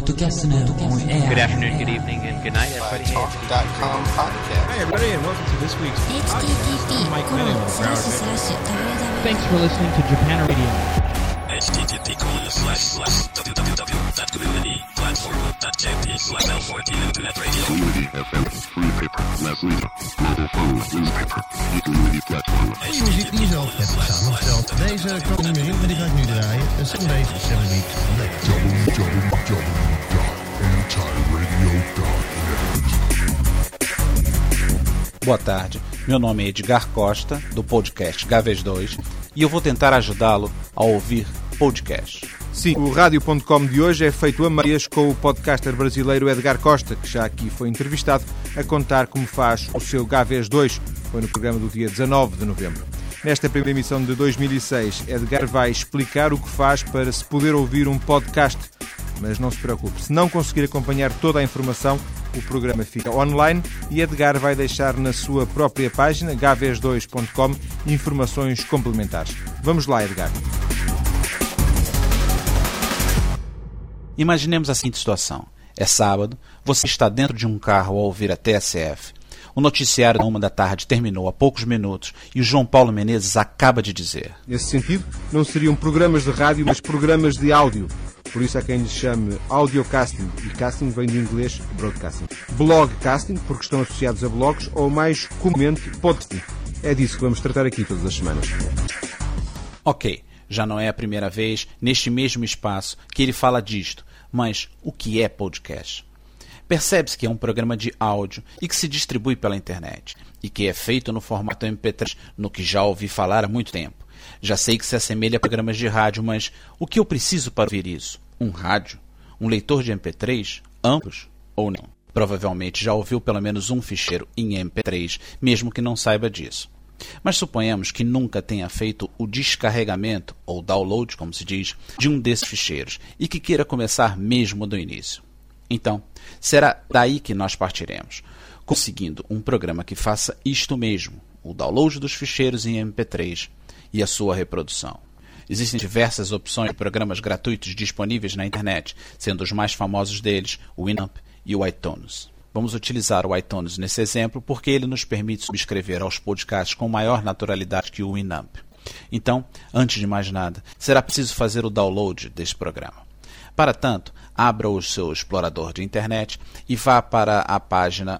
podcast no air. Good afternoon, good evening, and good night, everybody. Talk.com podcast. Hi, everybody, and welcome to this week's Thanks for listening to Japan Radio. http://www.communityplatform.jp/L14 Community FM, free paper, mass media, mobile phone, newspaper, community platform. Die muziek die je zelf hebt samengesteld. Deze komende muziek, die ga ik nu draaien. Een 7 Days, 7 Weeks. www.antiradio.net. Boa tarde, meu nome é Edgar Costa, do podcast Gavês 2, e eu vou tentar ajudá-lo a ouvir podcast. Sim, o Rádio.com de hoje é feito a meias com o podcaster brasileiro Edgar Costa, que já aqui foi entrevistado, a contar como faz o seu Gavês 2, foi no programa do dia 19 de novembro. Nesta primeira emissão de 2006, Edgar vai explicar o que faz para se poder ouvir um podcast. Mas não se preocupe, se não conseguir acompanhar toda a informação, o programa fica online e Edgar vai deixar na sua própria página, gavês2.com, informações complementares. Vamos lá, Edgar. Imaginemos a seguinte situação. É sábado, você está dentro de um carro ao ouvir a TSF. O noticiário da 13h terminou há poucos minutos e o João Paulo Menezes acaba de dizer: Nesse sentido, não seriam programas de rádio, mas programas de áudio. Por isso há quem lhe chame audiocasting, e casting vem do inglês broadcasting. Blogcasting, porque estão associados a blogs, ou mais comumente podcasting. É disso que vamos tratar aqui todas as semanas. Ok, já não é a primeira vez, neste mesmo espaço, que ele fala disto. Mas o que é podcast? Percebe-se que é um programa de áudio e que se distribui pela internet, e que é feito no formato MP3, no que já ouvi falar há muito tempo. Já sei que se assemelha a programas de rádio, mas o que eu preciso para ouvir isso? Um rádio? Um leitor de MP3? Ambos? Ou não? Provavelmente já ouviu pelo menos um ficheiro em MP3, mesmo que não saiba disso. Mas suponhamos que nunca tenha feito o descarregamento, ou download, como se diz, de um desses ficheiros, e que queira começar mesmo do início. Então, será daí que nós partiremos, conseguindo um programa que faça isto mesmo, o download dos ficheiros em MP3 e a sua reprodução. Existem diversas opções de programas gratuitos disponíveis na internet, sendo os mais famosos deles o Winamp e o iTunes. Vamos utilizar o iTunes nesse exemplo porque ele nos permite subscrever aos podcasts com maior naturalidade que o Winamp. Então, antes de mais nada, será preciso fazer o download deste programa. Para tanto, abra o seu explorador de internet e vá para a página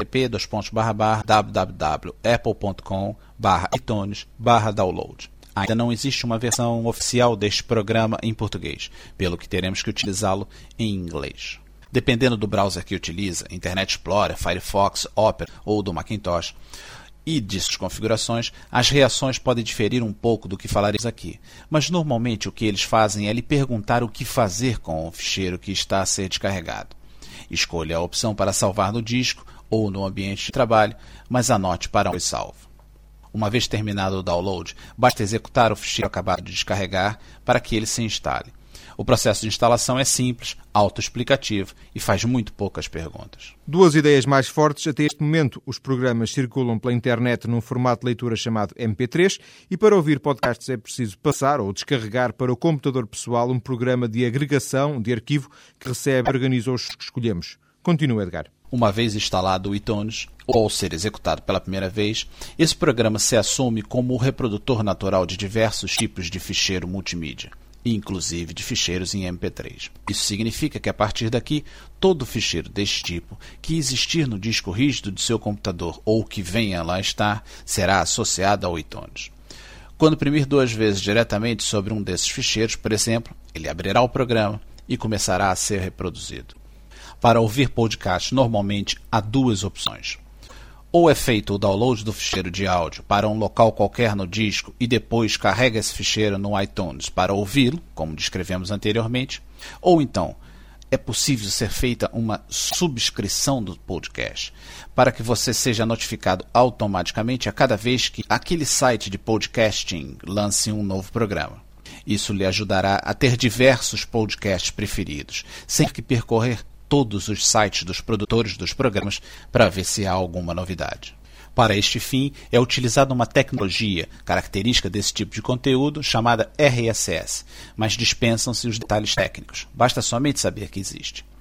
http://www.apple.com/itunes/download. Ainda não existe uma versão oficial deste programa em português, pelo que teremos que utilizá-lo em inglês. Dependendo do browser que utiliza, Internet Explorer, Firefox, Opera ou do Macintosh, e de suas configurações, as reações podem diferir um pouco do que falaremos aqui, mas normalmente o que eles fazem é lhe perguntar o que fazer com o ficheiro que está a ser descarregado. Escolha a opção para salvar no disco ou no ambiente de trabalho, mas anote para onde salvo. Uma vez terminado o download, basta executar o ficheiro acabado de descarregar para que ele se instale. O processo de instalação é simples, autoexplicativo e faz muito poucas perguntas. Duas ideias mais fortes. Até este momento, os programas circulam pela internet num formato de leitura chamado MP3 e para ouvir podcasts é preciso passar ou descarregar para o computador pessoal um programa de agregação de arquivo que recebe e organiza os que escolhemos. Continua, Edgar. Uma vez instalado o iTunes, ou ao ser executado pela primeira vez, esse programa se assume como o reprodutor natural de diversos tipos de ficheiro multimídia, inclusive de ficheiros em MP3. Isso significa que a partir daqui, todo ficheiro deste tipo que existir no disco rígido de seu computador ou que venha lá estar, será associado ao iTunes. Quando imprimir 2 vezes diretamente sobre um desses ficheiros, por exemplo, ele abrirá o programa e começará a ser reproduzido. Para ouvir podcast, normalmente há 2 opções. Ou é feito o download do ficheiro de áudio para um local qualquer no disco e depois carrega esse ficheiro no iTunes para ouvi-lo, como descrevemos anteriormente, ou então é possível ser feita uma subscrição do podcast para que você seja notificado automaticamente a cada vez que aquele site de podcasting lance um novo programa. Isso lhe ajudará a ter diversos podcasts preferidos, sem ter que percorrer todos os sites dos produtores dos programas para ver se há alguma novidade. Para este fim, é utilizada uma tecnologia característica desse tipo de conteúdo chamada RSS, mas dispensam-se os detalhes técnicos. Basta somente saber que existe.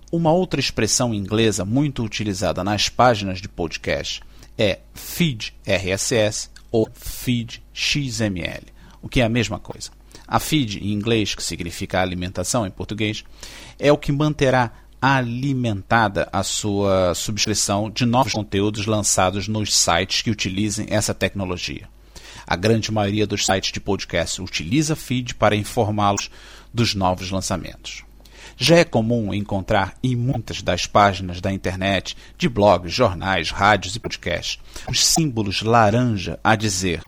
Uma outra expressão inglesa muito utilizada nas páginas de podcast é feed RSS ou feed XML, o que é a mesma coisa. A feed, em inglês, que significa alimentação em português, é o que manterá alimentada a sua subscrição de novos conteúdos lançados nos sites que utilizem essa tecnologia. A grande maioria dos sites de podcast utiliza feed para informá-los dos novos lançamentos. Já é comum encontrar em muitas das páginas da internet, de blogs, jornais, rádios e podcasts, os símbolos laranja a dizer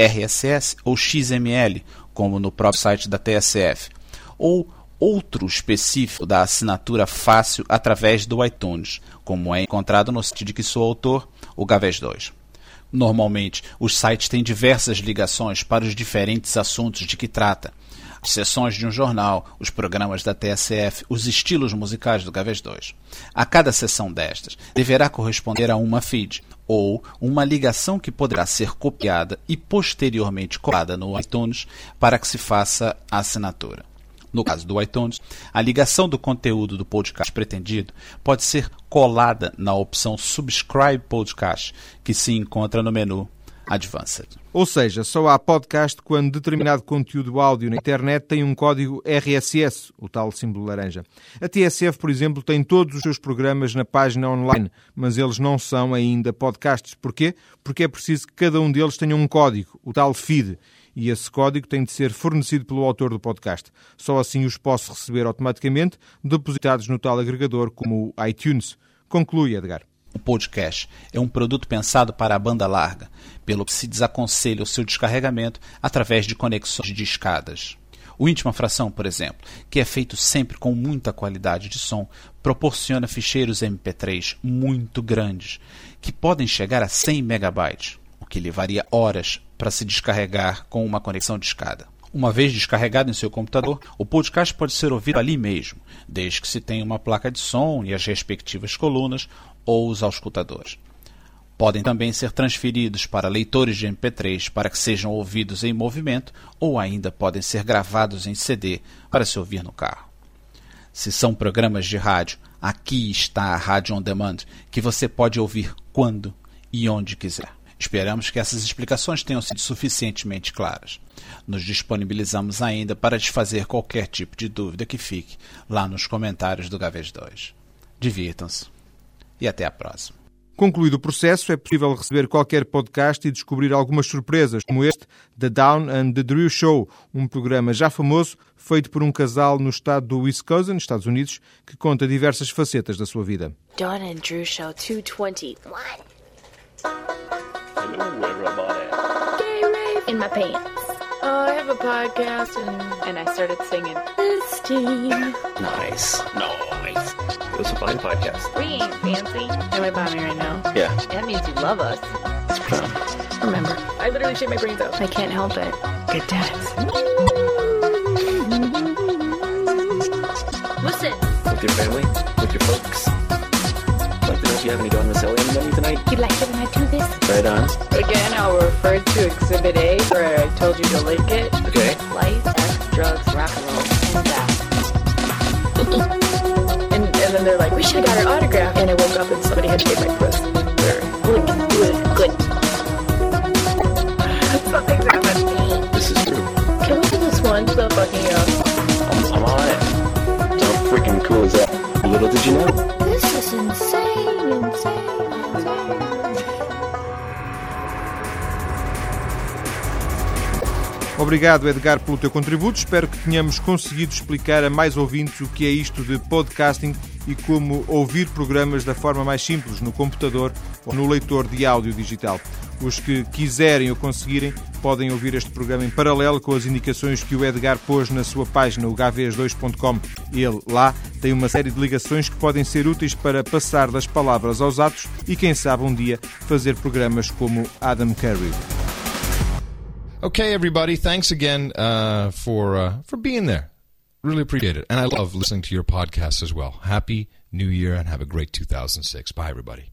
RSS ou XML, como no próprio site da TSF, ou outro específico da assinatura fácil através do iTunes, como é encontrado no site de que sou autor, o Gavés 2. Normalmente, os sites têm diversas ligações para os diferentes assuntos de que trata. As seções de um jornal, os programas da TSF, os estilos musicais do Gavés 2. A cada seção destas deverá corresponder a uma feed, ou uma ligação que poderá ser copiada e posteriormente colada no iTunes para que se faça a assinatura. No caso do iTunes, a ligação do conteúdo do podcast pretendido pode ser colada na opção Subscribe Podcast, que se encontra no menu Advanced. Ou seja, só há podcast quando determinado conteúdo áudio na internet tem um código RSS, o tal símbolo laranja. A TSF, por exemplo, tem todos os seus programas na página online, mas eles não são ainda podcasts. Porquê? Porque é preciso que cada um deles tenha um código, o tal feed, e esse código tem de ser fornecido pelo autor do podcast. Só assim os posso receber automaticamente, depositados no tal agregador como o iTunes. Conclui, Edgar. O podcast é um produto pensado para a banda larga, pelo que se desaconselha o seu descarregamento através de conexões de escadas. O Íntima Fração, por exemplo, que é feito sempre com muita qualidade de som, proporciona ficheiros MP3 muito grandes, que podem chegar a 100 MB, o que levaria horas para se descarregar com uma conexão de escada. Uma vez descarregado em seu computador, o podcast pode ser ouvido ali mesmo, desde que se tenha uma placa de som e as respectivas colunas ou os auscultadores. Podem também ser transferidos para leitores de MP3 para que sejam ouvidos em movimento ou ainda podem ser gravados em CD para se ouvir no carro. Se são programas de rádio, aqui está a Rádio On Demand, que você pode ouvir quando e onde quiser. Esperamos que essas explicações tenham sido suficientemente claras. Nos disponibilizamos ainda para desfazer qualquer tipo de dúvida que fique lá nos comentários do Gavés 2. Divirtam-se e até a próxima. Concluído o processo, é possível receber qualquer podcast e descobrir algumas surpresas, como este, The Dawn and the Drew Show, um programa já famoso, feito por um casal no estado do Wisconsin, Estados Unidos, que conta diversas facetas da sua vida. Dawn and Drew Show 220. What? Hello, where am I? Gay rave in my pants. I have a podcast and I started singing. Christine. Nice. It was a fine podcast. We ain't fancy. Am I bombing right now? Yeah. That means you love us. It's prom. Remember, I literally shit my brains out. I can't help it. Good times. Listen. With your family? With your folks? I'd like to know if you have any Dawn Maselli on the menu tonight. You'd like it when I do this? Right on. Again, I'll refer to Exhibit A, where I told you to link it. Okay. Life, sex, drugs, rock and roll, and death. And then they're like, we should have got her autograph. And I woke up and somebody had to take my puss. Good. Something's happened. This is true. Can we do this one without fucking up? I'm on it. How freaking cool is that? Little did you know. This is insane. Obrigado, Edgar, pelo teu contributo. Espero que tenhamos conseguido explicar a mais ouvintes o que é isto de podcasting e como ouvir programas da forma mais simples no computador ou no leitor de áudio digital. Os que quiserem ou conseguirem podem ouvir este programa em paralelo com as indicações que o Edgar pôs na sua página, o gavés2.com. Ele, lá, tem uma série de ligações que podem ser úteis para passar das palavras aos atos e, quem sabe, um dia fazer programas como Adam Curry. Okay, everybody, thanks again for being there. Really appreciate it. And I love listening to your podcast as well. Happy New Year and have a great 2006. Bye, everybody.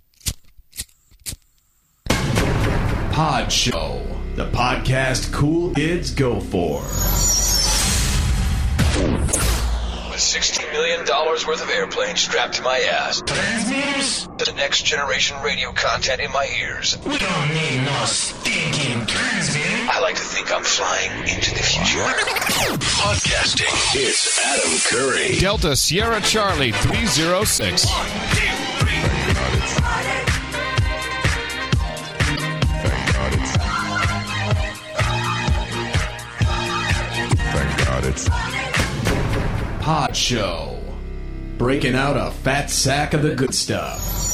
Pod Show, the podcast cool kids go for. with $16 million worth of airplanes strapped to my ass. Transmitters? The next generation radio content in my ears. We don't need no stinking transmitter. I like to think I'm flying into the future. Podcasting. It's Adam Curry. Delta Sierra Charlie 306. 1, 2, 3. Thank God it's Pod Show. Breaking out a fat sack of the good stuff.